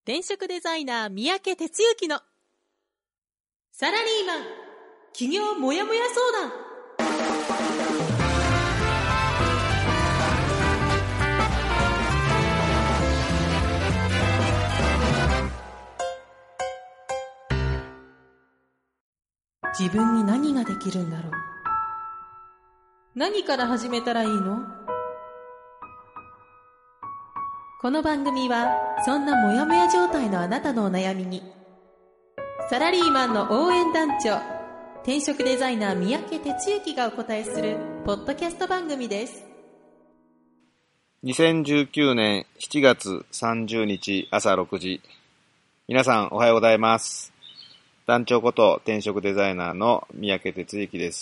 転職デザイナー三宅哲之のサラリーマン企業もやもや相談。自分に何ができるんだろう。何から始めたらいいの？この番組はそんなモヤモヤ状態のあなたのお悩みにサラリーマンの応援団長、転職デザイナー三宅哲之がお答えするポッドキャスト番組です。 2019年7月30日朝6時。皆さんおはようございます。団長こと転職デザイナーの三宅哲之です。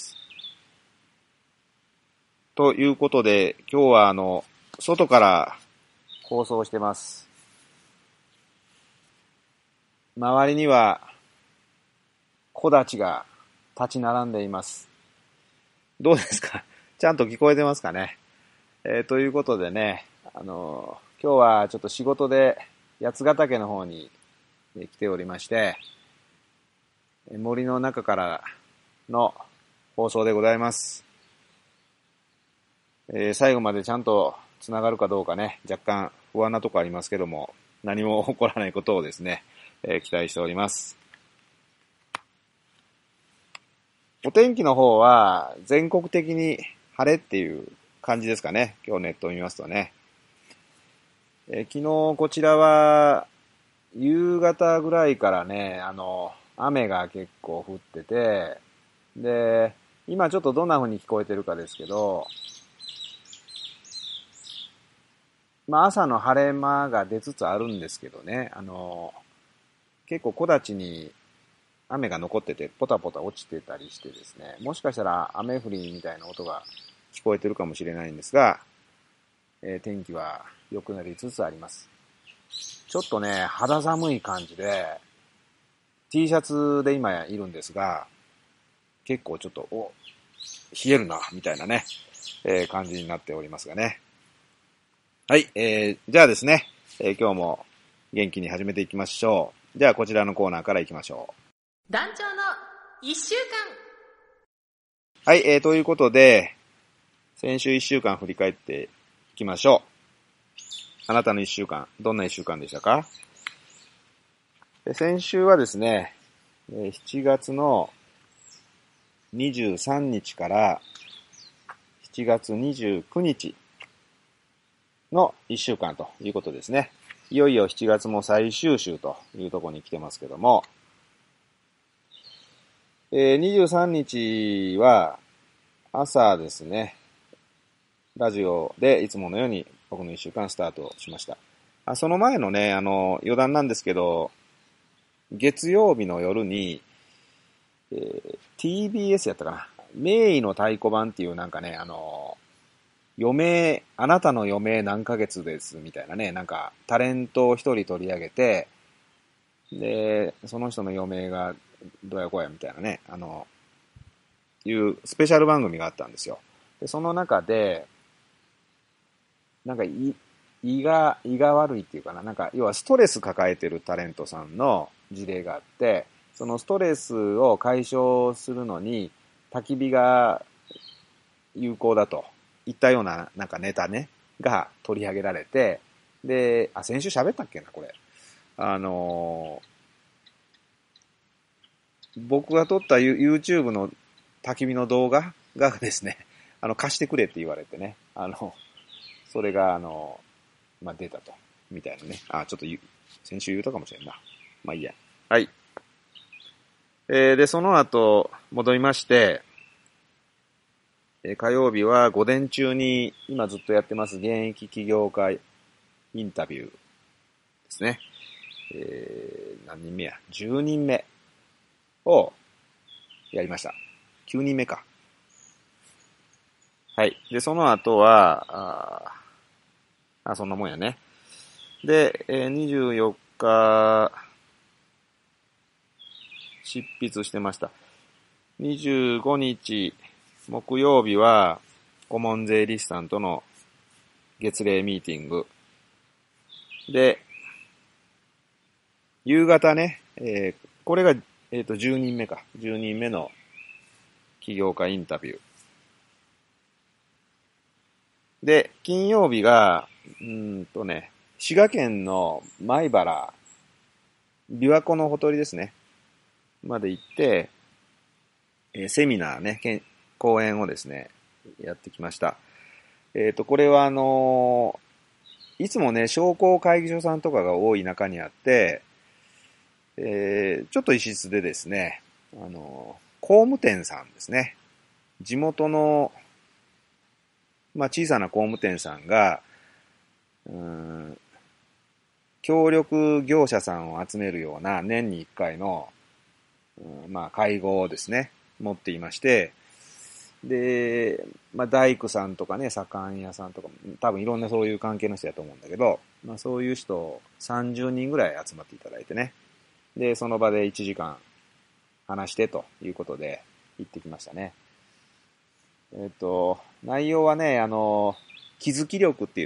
ということで、今日は外から放送してます。周りには木立が立ち並んでいます。どうですか？ちゃんと聞こえてますかね？ということでね、今日はちょっと仕事で八ヶ岳の方に来ておりまして、森の中からの放送でございます。最後までちゃんとつながるかどうかね、若干不安なとこありますけども、何も起こらないことをですね、期待しております。お天気の方は全国的に晴れっていう感じですかね。今日ネットを見ますとね。昨日こちらは夕方ぐらいからね、雨が結構降ってて、で、今ちょっとどんな風に聞こえてるかですけど、朝の晴れ間が出つつあるんですけどね、結構木立に雨が残っててポタポタ落ちてたりしてですね、もしかしたら雨降りみたいな音が聞こえてるかもしれないんですが、天気は良くなりつつあります。ちょっとね、肌寒い感じで T シャツで今いるんですが、結構ちょっと冷えるなみたいなね、感じになっておりますがね。はい、じゃあですね、今日も元気に始めていきましょう。じゃあこちらのコーナーからいきましょう。 団長の1週間。 はい、ということで、先週1週間振り返っていきましょう。あなたの1週間、どんな1週間でしたか？先週はですね、7月の23日から7月29日の1週間ということですね。いよいよ7月も最終週というところに来てますけども、23日は朝ですね、ラジオでいつものように僕の1週間スタートしました。その前のね、余談なんですけど、月曜日の夜に、TBS やったかな、名医の太鼓判っていうなんかね、余命、あなたの余命何ヶ月ですみたいなね、なんかタレントを一人取り上げて、で、その人の余命がどうやこうやみたいなね、いうスペシャル番組があったんですよ。で、その中で、なんか胃が悪いっていうかな、なんか要はストレス抱えてるタレントさんの事例があって、そのストレスを解消するのに焚き火が有効だといったようななんかネタねが取り上げられて、で、先週喋ったっけなこれ。僕が撮った YouTube の焚き火の動画がですね、貸してくれって言われてね、それが出たとみたいなね。ちょっと先週言ったかもしれんな。まあいいや。はい。で、その後戻りまして、火曜日は午前中に今ずっとやってます現役起業家インタビューですね。何人目や ?10 人目をやりました。9人目か。はい。で、その後は、そんなもんやね。で、24日、執筆してました。25日、木曜日は、顧問税理士さんとの月例ミーティング。で、 夕方ね、これが、10人目か。10人目の起業家インタビュー。で、金曜日が、滋賀県の米原、琵琶湖のほとりですね。まで行って、セミナーね、講演をですね、やってきました。これはいつもね、商工会議所さんとかが多い中にあって、ちょっと異質でですね、工務店さんですね。地元の、小さな工務店さんが、協力業者さんを集めるような年に1回の、会合をですね、持っていまして、で、大工さんとかね、左官屋さんとか、多分いろんなそういう関係の人だと思うんだけど、そういう人30人ぐらい集まっていただいてね。で、その場で1時間話してということで行ってきましたね。内容はね、気づき力って言って、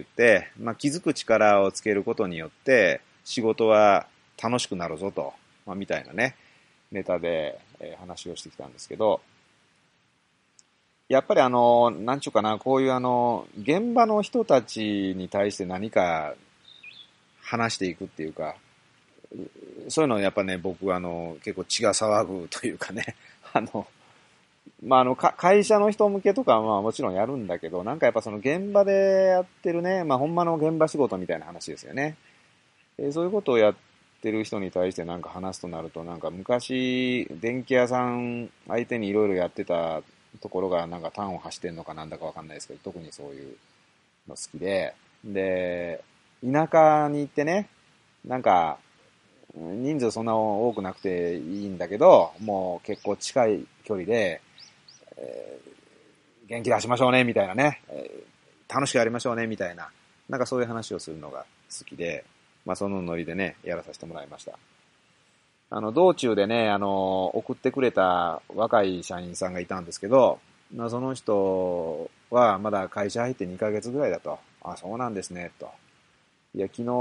気づく力をつけることによって仕事は楽しくなるぞと、みたいなね、ネタで、話をしてきたんですけど、やっぱりなんちゅうかな、こういう現場の人たちに対して何か話していくっていうか、そういうのやっぱね、僕結構血が騒ぐというかね、会社の人向けとかはもちろんやるんだけど、なんかやっぱその現場でやってるね、ほんまの現場仕事みたいな話ですよね。そういうことをやってる人に対してなんか話すとなると、なんか昔、電気屋さん相手にいろいろやってたところがなんか端を発してんのかなんだかわかんないですけど、特にそういうの好きで、で、田舎に行ってね、なんか、人数そんな多くなくていいんだけど、もう結構近い距離で、元気出しましょうね、みたいなね、楽しくやりましょうね、みたいな、なんかそういう話をするのが好きで、そのノリでね、やらさせてもらいました。道中でね、送ってくれた若い社員さんがいたんですけど、その人はまだ会社入って2ヶ月ぐらいだと。あ、そうなんですね、と。いや、昨日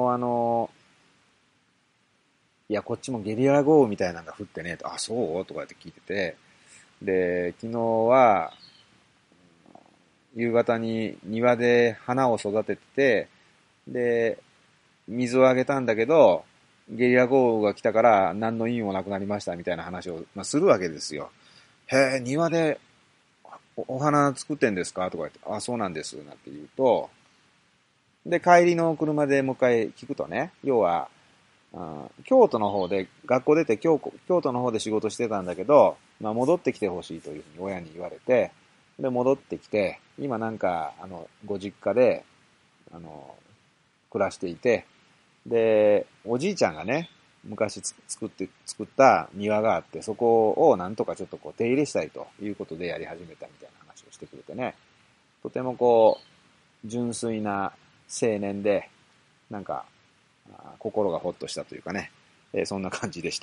いや、こっちもゲリラ豪雨みたいなのが降ってね、と。あ、そうとかって聞いてて。で、昨日は、夕方に庭で花を育ててて、で、水をあげたんだけど、ゲリラ豪雨が来たから何の意味もなくなりましたみたいな話を、するわけですよ。へえ、庭でお花作ってんですかとか言って、あ、そうなんです。なんて言うと、で、帰りの車でもう一回聞くとね、要は、京都の方で、学校出て京都の方で仕事してたんだけど、戻ってきてほしいというふうに親に言われて、で、戻ってきて、今なんか、ご実家で、暮らしていて、で、おじいちゃんがね、昔作った庭があって、そこをなんとかちょっとこう手入れしたいということでやり始めたみたいな話をしてくれてね、とてもこう、純粋な青年で、なんか、心がほっとしたというかね、そんな感じでした。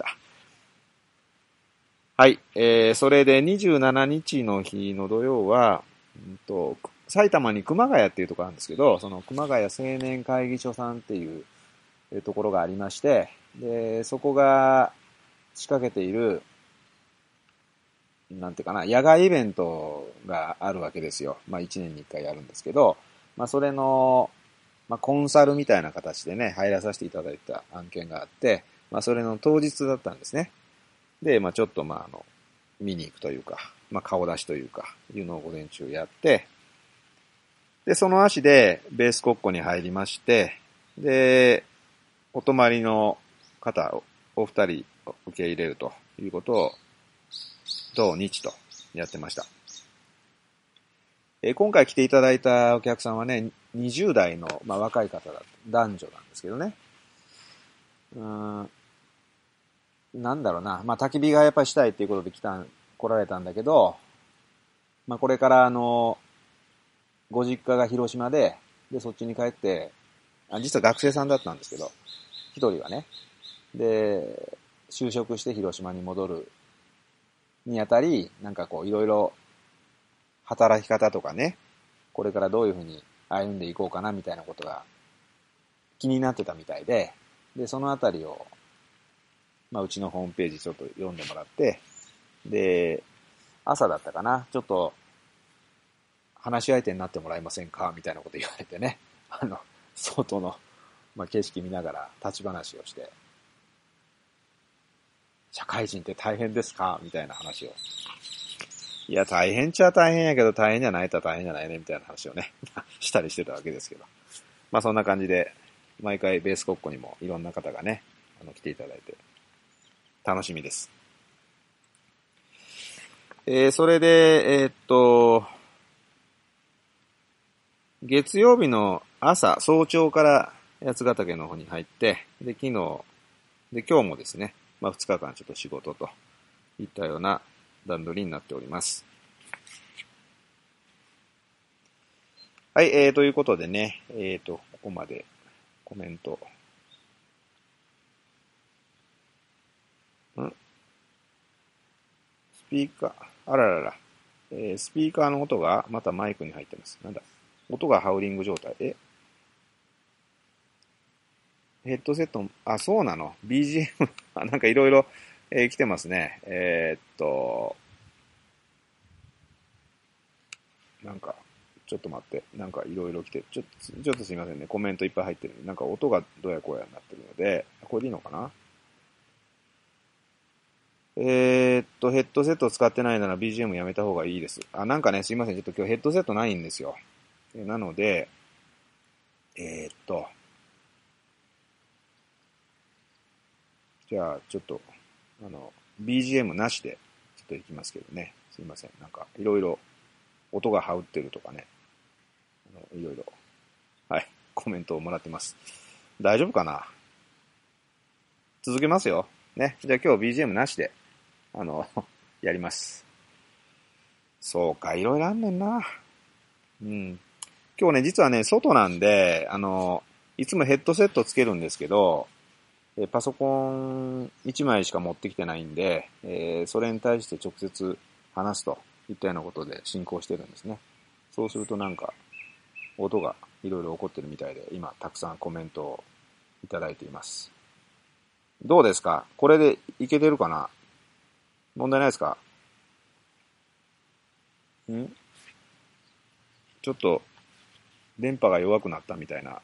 はい、それで27日の日の土曜は、埼玉に熊谷っていうところなんですけど、その熊谷青年会議所さんっていうところがありまして、で、そこが仕掛けている、なんていうかな、野外イベントがあるわけですよ。1年に1回やるんですけど、それの、コンサルみたいな形でね、入らさせていただいた案件があって、それの当日だったんですね。で、ちょっと見に行くというか、顔出しというか、いうのを午前中やって、で、その足でベース国庫に入りまして、で、お泊まりの方をお二人受け入れるということを、土日とやってました。今回来ていただいたお客さんはね、20代の、若い方だ、男女なんですけどね。なんだろうな、焚き火がやっぱりしたいっていうことで来られたんだけど、これからご実家が広島で、そっちに帰って、実は学生さんだったんですけど、一人はね、で、就職して広島に戻るにあたり、なんかこういろいろ働き方とかね、これからどういうふうに歩んでいこうかなみたいなことが気になってたみたいで、そのあたりをまあ、うちのホームページちょっと読んでもらって、で、朝だったかな、ちょっと、話し相手になってもらえませんかみたいなこと言われてね、外の、まあ、景色見ながら立ち話をして、社会人って大変ですかみたいな話を。いや、大変っちゃ大変やけど、大変じゃないと大変じゃないね、みたいな話をね、したりしてたわけですけど。まあそんな感じで、毎回ベースコッコにもいろんな方がね、来ていただいて、楽しみです。それで、月曜日の朝、早朝から八ヶ岳の方に入って、で、昨日、で、今日もですね、まあ2日間ちょっと仕事といったような段取りになっております。はい、ということでね、ここまでコメント。スピーカー、あららら、スピーカーの音がまたマイクに入ってます。なんだ音がハウリング状態。ヘッドセット、あ、そうなの ?BGM なんかいろいろ来てますね。なんか、ちょっと待って。なんかいろいろ来て、ちょっとすいませんね。コメントいっぱい入ってる。なんか音がどうやこうやになってるので、これでいいのかなヘッドセットを使ってないなら BGM やめた方がいいです。あ、なんかね、すいません。ちょっと今日ヘッドセットないんですよ。なので、じゃあ、ちょっと、BGM なしで、ちょっといきますけどね。すいません。なんか、いろいろ、音が羽織ってるとかね。いろいろ、はい、コメントをもらってます。大丈夫かな？続けますよ。ね。じゃあ今日 BGM なしで、やります。そうか、いろいろあんねんな。うん。今日ね、実はね、外なんで、いつもヘッドセットつけるんですけど、パソコン1枚しか持ってきてないんで、それに対して直接話すといったようなことで進行してるんですね。そうするとなんか、音がいろいろ起こってるみたいで、今たくさんコメントをいただいています。どうですか？これでいけてるかな？問題ないですか？ちょっと、電波が弱くなったみたいな、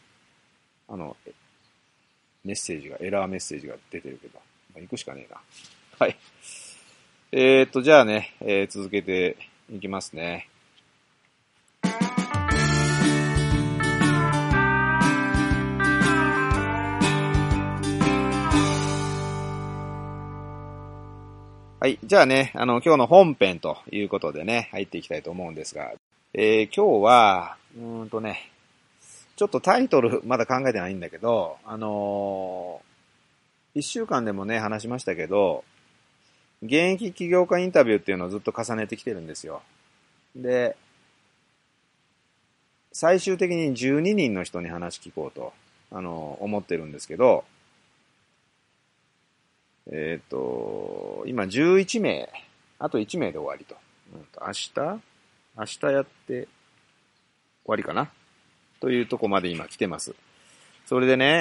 メッセージが、エラーメッセージが出てるけど、まあ、行くしかねえな。はい。じゃあね、続けていきますね。はい。じゃあね、今日の本編ということでね、入っていきたいと思うんですが、今日は、ちょっとタイトルまだ考えてないんだけど、一週間でもね、話しましたけど、現役起業家インタビューっていうのをずっと重ねてきてるんですよ。で、最終的に12人の人に話聞こうと、思ってるんですけど、今11名、あと1名で終わりと。明日やって終わりかなというとこまで今来てます。それでね、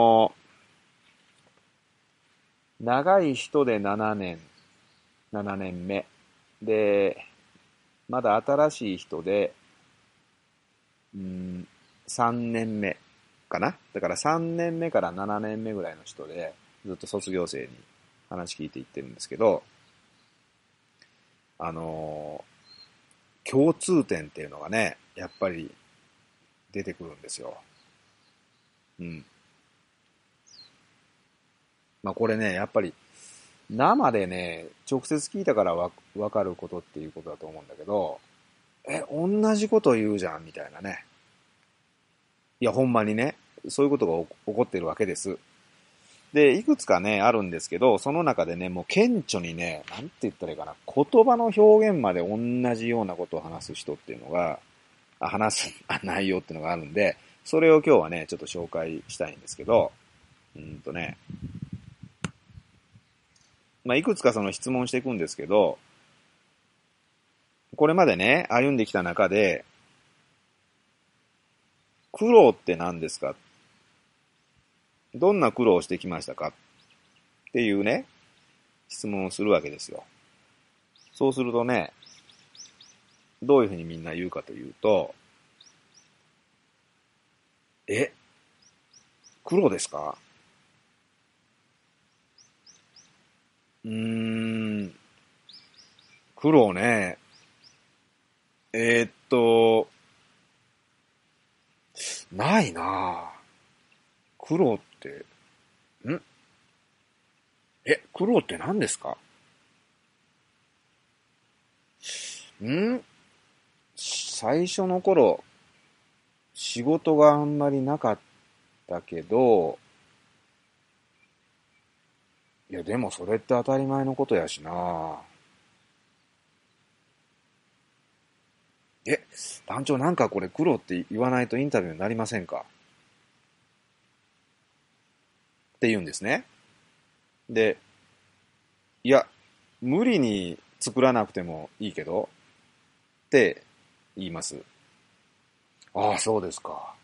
長い人で7年目。で、まだ新しい人で、3年目かな。だから3年目から7年目ぐらいの人で、ずっと卒業生に話聞いていってるんですけど、共通点っていうのがね、やっぱり出てくるんですよ。うん。まあこれね、やっぱり生でね、直接聞いたからわかることっていうことだと思うんだけど、同じこと言うじゃんみたいなね。いや、ほんまにね、そういうことが起こってるわけです。で、いくつかね、あるんですけど、その中でね、もう顕著にね、なんて言ったらいいかな、言葉の表現まで同じようなことを話す人っていうのが、話す内容っていうのがあるんで、それを今日はね、ちょっと紹介したいんですけど、まあ、いくつかその質問していくんですけど、これまでね、歩んできた中で、苦労って何ですか？どんな苦労をしてきましたか？っていうね、 質問をするわけですよ。そうするとね、どういうふうにみんな言うかというと、黒ですか？うーん、黒ね。えーっと、ないなぁ。黒って、ん黒って何ですか？ん最初の頃、仕事があんまりなかったけど、いやでもそれって当たり前のことやしな。団長なんかこれ黒って言わないとインタビューになりませんかって言うんですね。で、いや、無理に作らなくてもいいけど、って言います。ああ、そうですか。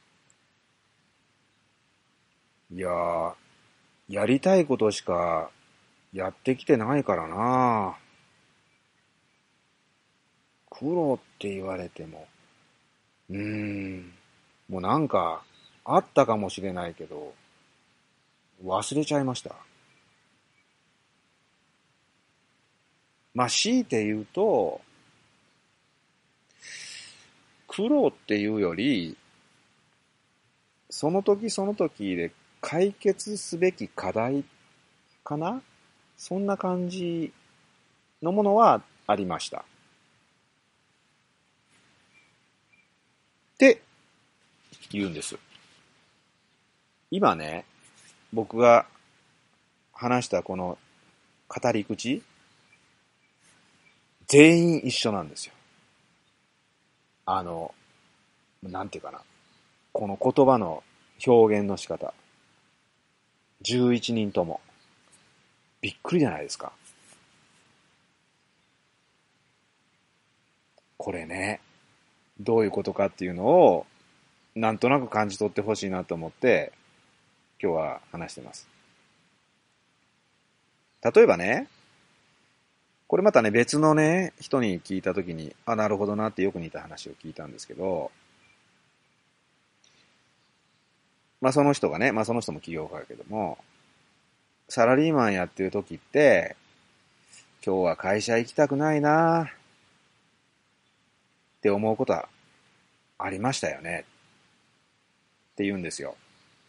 いやー、やりたいことしかやってきてないからな。黒って言われても、もうなんか、あったかもしれないけど、忘れちゃいました。まあ、強いて言うと、苦労っていうより、その時その時で解決すべき課題かな、そんな感じのものはありました。って言うんです。今ね、僕が話したこの語り口、全員一緒なんですよ。あの、なんていうかな。この言葉の表現の仕方。11人とも。びっくりじゃないですか。これね、どういうことかっていうのを、なんとなく感じ取ってほしいなと思って、今日は話してます。例えばね、これまたね、別のね、人に聞いたときに、あ、なるほどなってよく似た話を聞いたんですけど、まあその人がね、まあその人も起業家だけども、サラリーマンやってる時って、今日は会社行きたくないなって思うことはありましたよねって言うんですよ。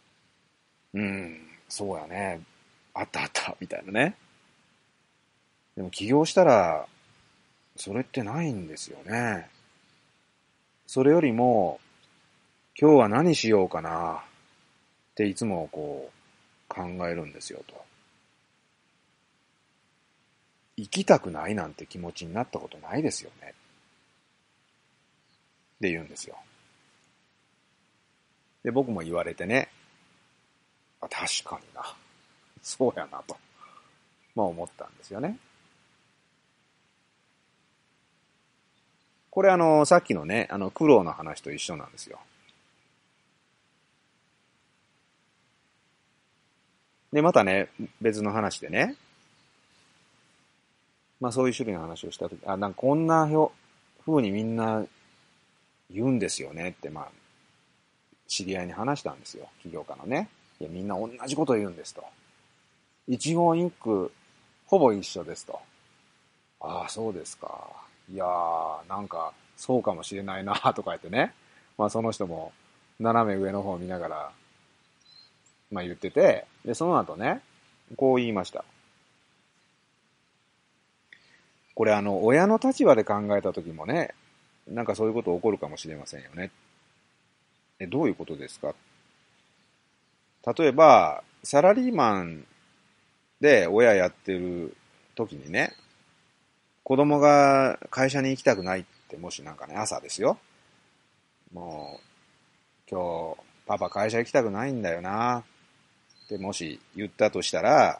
そうやね。あったあった、みたいなね。でも起業したら、それってないんですよね。それよりも、今日は何しようかなっていつもこう考えるんですよと。行きたくないなんて気持ちになったことないですよねって言うんですよ。で、僕も言われてね、あ、確かにな。そうやなと。まあ思ったんですよね。これさっきのね、苦労の話と一緒なんですよ。で、またね、別の話でね、まあそういう種類の話をしたとき、あ、なんかこんな風にみんな言うんですよねって、まあ、知り合いに話したんですよ。起業家のね。いや、みんな同じこと言うんですと。一言一句、ほぼ一緒ですと。ああ、そうですか。いやー、なんか、そうかもしれないな、とか言ってね。まあその人も、斜め上の方を見ながら、まあ言ってて、で、その後ね、こう言いました。これ親の立場で考えた時もね、なんかそういうこと起こるかもしれませんよね。どういうことですか？例えば、サラリーマンで親やってる時にね、子供が会社に行きたくないってもしなんかね、朝ですよ。もう、今日、パパ会社行きたくないんだよなってもし言ったとしたら、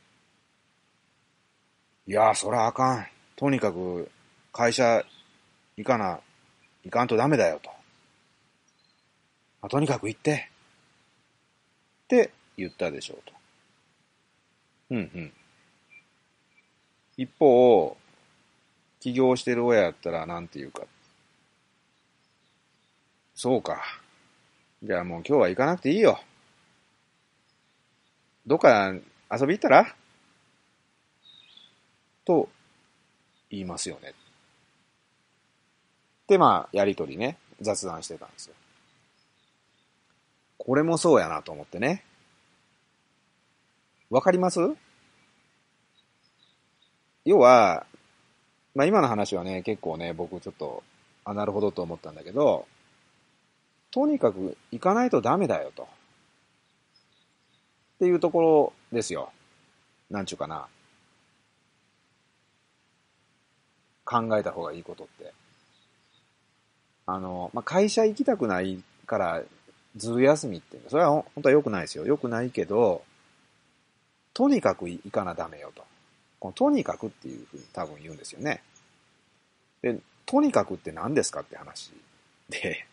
いやー、そらあかん。とにかく会社行かんとダメだよと。とにかく行ってって言ったでしょうと。うんうん。 一方、起業してる親やったらなんて言うか。そうか。じゃあもう今日は行かなくていいよ。どっか遊び行ったらと言いますよね。で、まあ、やりとりね、雑談してたんですよ。これもそうやなと思ってね。わかります？要は、まあ今の話はね、結構ね、僕ちょっと、なるほどと思ったんだけど、とにかく行かないとダメだよと。っていうところですよ。なんちゅうかな。考えた方がいいことって。まあ、会社行きたくないからずる休みっていう。それは本当は良くないですよ。良くないけど、とにかく行かなダメよと。このとにかくっていうふうに多分言うんですよね。で、とにかくって何ですかって話で、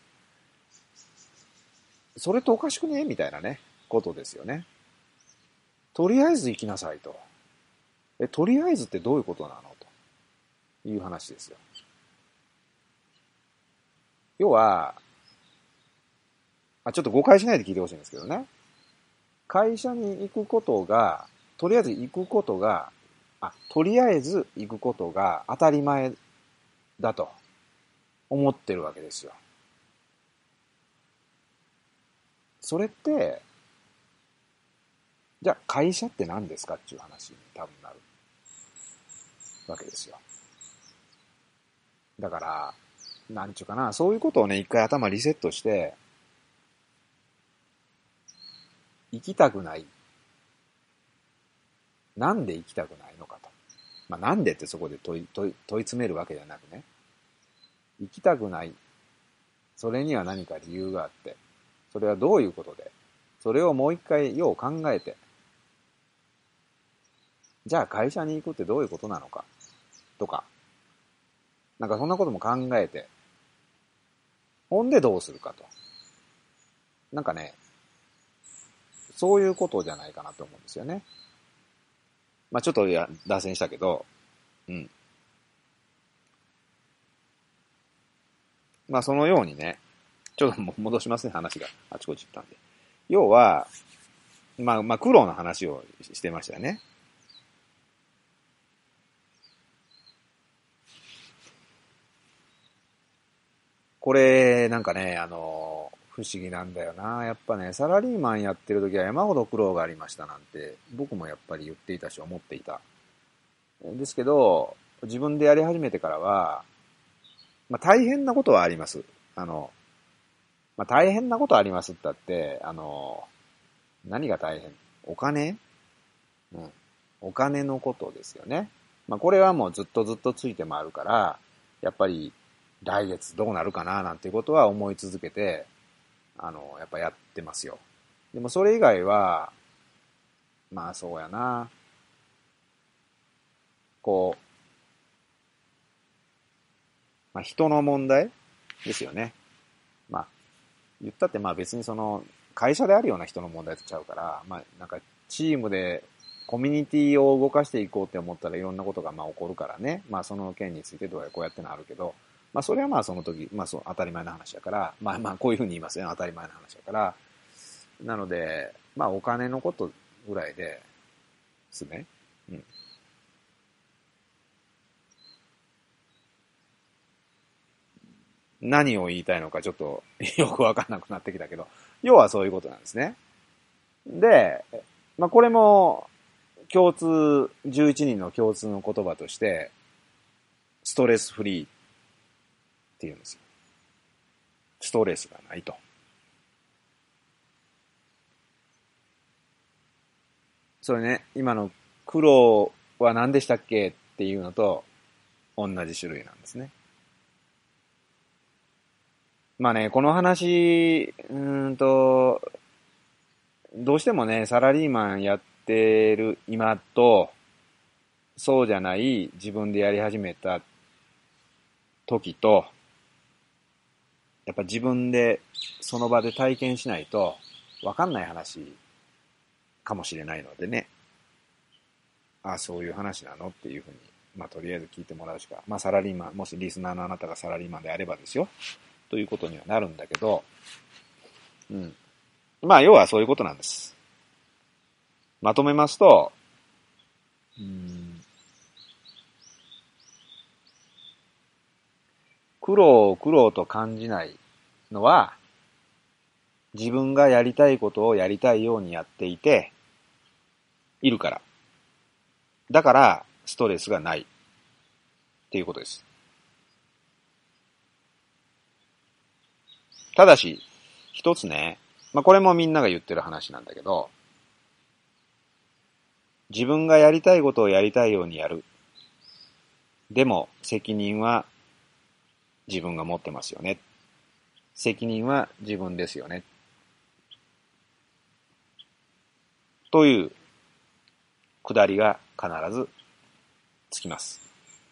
それとおかしくねみたいなね、ことですよね。とりあえず行きなさいと。とりあえずってどういうことなのという話ですよ。要は、ちょっと誤解しないで聞いてほしいんですけどね。会社に行くことが、とりあえず行くことが、とりあえず行くことが当たり前だと思ってるわけですよ。それって、じゃあ会社って何ですかっていう話に多分なるわけですよ。だから、なんちゅうかな、そういうことをね、一回頭リセットして、行きたくない。なんで行きたくないのかと。まあ、なんでってそこで問い詰めるわけじゃなくね。行きたくない。それには何か理由があって、それはどういうことで、それをもう一回よう考えて、じゃあ会社に行くってどういうことなのか、とか、なんかそんなことも考えて、ほんでどうするかと。なんかね、そういうことじゃないかなと思うんですよね。まあちょっと脱線したけど、うん。まあそのようにね、ちょっと戻しますね、話があちこち行ったんで。要は、まあ苦労の話をしてましたよね。これ、なんかね、不思議なんだよな。やっぱね、サラリーマンやってる時は山ほど苦労がありましたなんて、僕もやっぱり言っていたし思っていた。ですけど、自分でやり始めてからは、まあ大変なことはあります。大変なことはありますって言ったって、何が大変？お金？うん。お金のことですよね。まあこれはもうずっとずっとついて回るから、やっぱり来月どうなるかななんていうことは思い続けて、やっぱやってますよ。でもそれ以外は、まあそうやな。こう、まあ人の問題ですよね。まあ言ったってまあ別にその会社であるような人の問題とちゃうから、まあなんかチームでコミュニティを動かしていこうって思ったらいろんなことがまあ起こるからね。まあその件についてどうやこうやってのあるけど、まあそれはまあその時、まあそう当たり前の話だから、まあこういうふうに言いますね。当たり前の話だから。なので、まあお金のことぐらいですね。うん。何を言いたいのかちょっとよくわかんなくなってきたけど、要はそういうことなんですね。で、まあこれも11人の共通の言葉として、ストレスフリーって言うんですよ。ストレスがないと。それね、今の苦労は何でしたっけっていうのと同じ種類なんですね。まあね、この話、どうしてもね、サラリーマンやってる今と、そうじゃない自分でやり始めた時と、やっぱ自分でその場で体験しないとわかんない話かもしれないのでね。そういう話なのっていうふうにまあとりあえず聞いてもらうしか、まあサラリーマン、もしリスナーのあなたがサラリーマンであればですよ、ということにはなるんだけど、まあ要はそういうことなんです。まとめますと、苦労と感じないのは、自分がやりたいことをやりたいようにやっていて、いるから。だから、ストレスがない。っていうことです。ただし、一つね、まあこれもみんなが言ってる話なんだけど、自分がやりたいことをやりたいようにやる。でも、責任は自分が持ってますよね。責任は自分ですよね。というくだりが必ずつきます。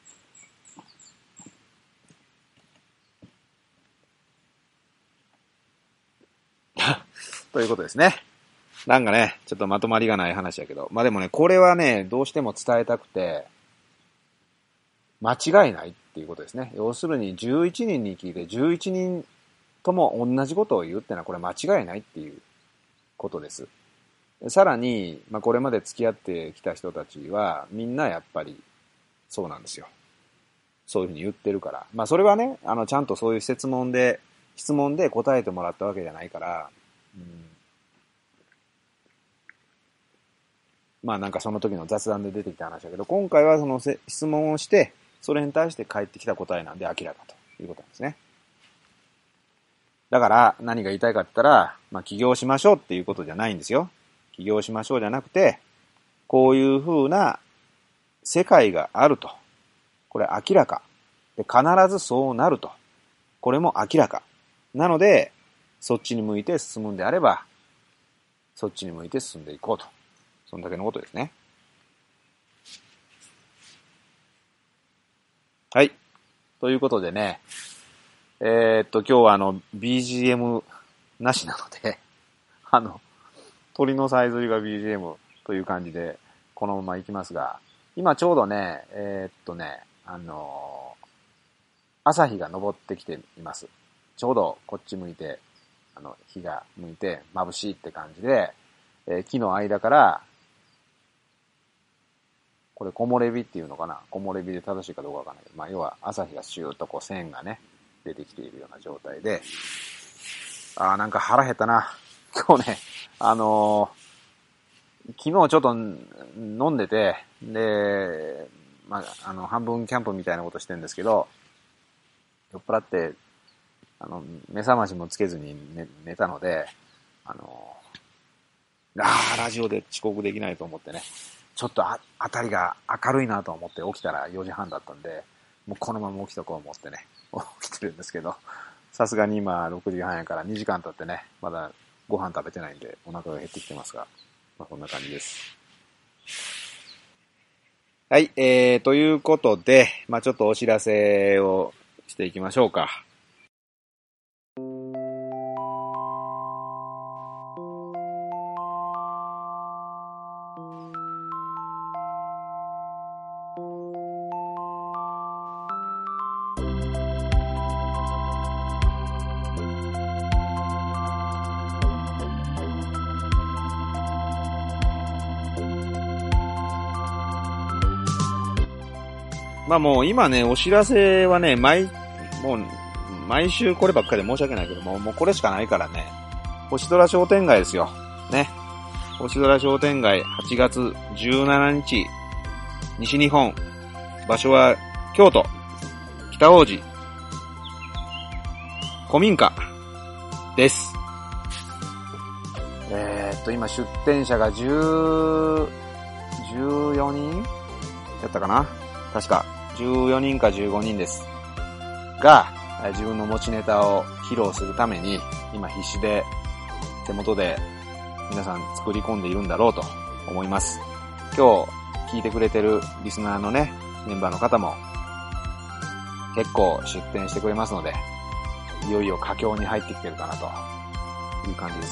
ということですね。なんかね、ちょっとまとまりがない話やけど。まあでもね、これはね、どうしても伝えたくて、間違いないっていうことですね。要するに11人に聞いて11人とも同じことを言うってのはこれ間違いないっていうことです。さらに、まあこれまで付き合ってきた人たちはみんなやっぱりそうなんですよ。そういうふうに言ってるから。まあそれはね、ちゃんとそういう質問で答えてもらったわけじゃないから、まあなんかその時の雑談で出てきた話だけど、今回はその質問をして、それに対して返ってきた答えなんで明らかということなんですね。だから何が言いたいかって言ったら、まあ起業しましょうっていうことじゃないんですよ。起業しましょうじゃなくて、こういう風な世界があると。これ明らか。で、必ずそうなると。これも明らか。なので、そっちに向いて進むんであれば、そっちに向いて進んでいこうと。そんだけのことですね。はい。ということでね、今日はBGM なしなので、鳥のさえずりが BGM という感じで、このまま行きますが、今ちょうどね、朝日が昇ってきています。ちょうどこっち向いて、日が向いて眩しいって感じで、木の間から、これ木漏れ日っていうのかな、木漏れ日で正しいかどうかわかんないけど、まあ要は朝日がシューッとこう線がね、出てきているような状態で、なんか腹減ったな。今日ね、昨日ちょっと飲んでて、で、まあ、半分キャンプみたいなことしてるんですけど、酔っ払って、目覚ましもつけずに寝たので、ラジオで遅刻できないと思ってね、ちょっとあたりが明るいなと思って起きたら4時半だったんで、もうこのまま起きとこう思ってね、起きてるんですけど、さすがに今6時半やから2時間経ってね、まだご飯食べてないんでお腹が減ってきてますが、まあこんな感じです。はい、ということで、まあちょっとお知らせをしていきましょうか。まあもう今ね、お知らせはね、毎週こればっかりで申し訳ないけどもうこれしかないからね。星空商店街ですよ。ね。星空商店街8月17日、西日本。場所は京都、北大路、古民家です。今出店者が14人やったかな？確か。14人か15人です。が、自分の持ちネタを披露するために、今必死で手元で皆さん作り込んでいるんだろうと思います。今日聞いてくれてるリスナーのね、メンバーの方も結構出展してくれますので、いよいよ佳境に入ってきてるかなという感じ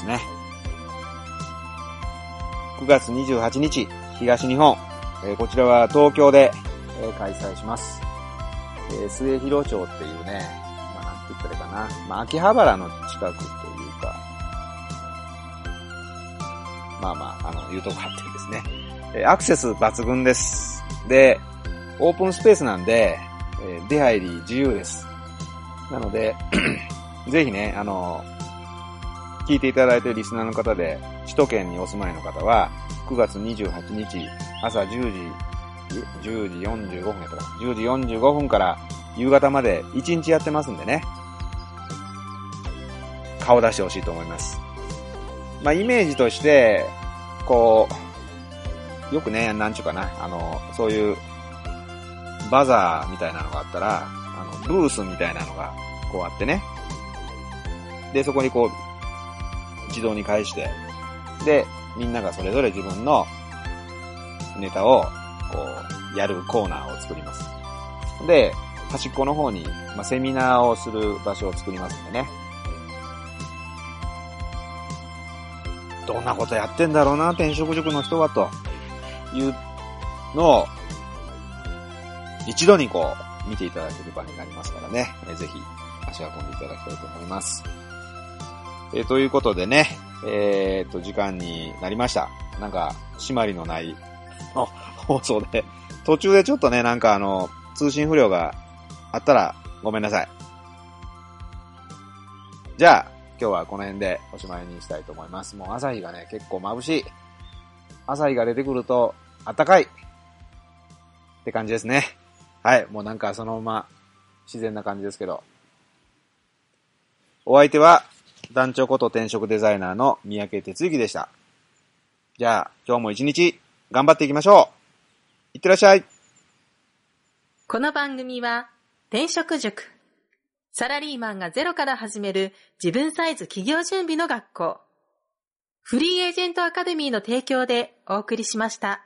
ですね。9月28日、東日本、こちらは東京で開催します。末広町っていうね、なんて言ったらいいかな。秋葉原の近くというか、いうとこあってですね。アクセス抜群です。で、オープンスペースなんで、出入り自由です。なので、ぜひね、聞いていただいているリスナーの方で、首都圏にお住まいの方は、9月28日、朝10時45分やったかな。10時45分から夕方まで1日やってますんでね。顔出してほしいと思います。イメージとして、よくね、なんちゅうかな、そういう、バザーみたいなのがあったら、ブースみたいなのが、あってね。で、そこに自動に返して、で、みんながそれぞれ自分のネタを、やるコーナーを作ります。で、端っこの方に、セミナーをする場所を作りますんでね。どんなことやってんだろうな、転職塾の人は、というのを、一度に見ていただける場になりますからね。ぜひ、足運んでいただきたいと思います。ということでね、時間になりました。なんか、締まりのない放送で、途中でちょっとね、なんか通信不良があったらごめんなさい。じゃあ、今日はこの辺でおしまいにしたいと思います。もう朝日がね、結構眩しい。朝日が出てくると、暖かい。って感じですね。はい、もうなんかそのまま自然な感じですけど。お相手は、団長こと転職デザイナーの三宅哲之でした。じゃあ、今日も一日頑張っていきましょう。いってらっしゃい。 この番組は、転職塾。サラリーマンがゼロから始める自分サイズ企業準備の学校。フリーエージェントアカデミーの提供でお送りしました。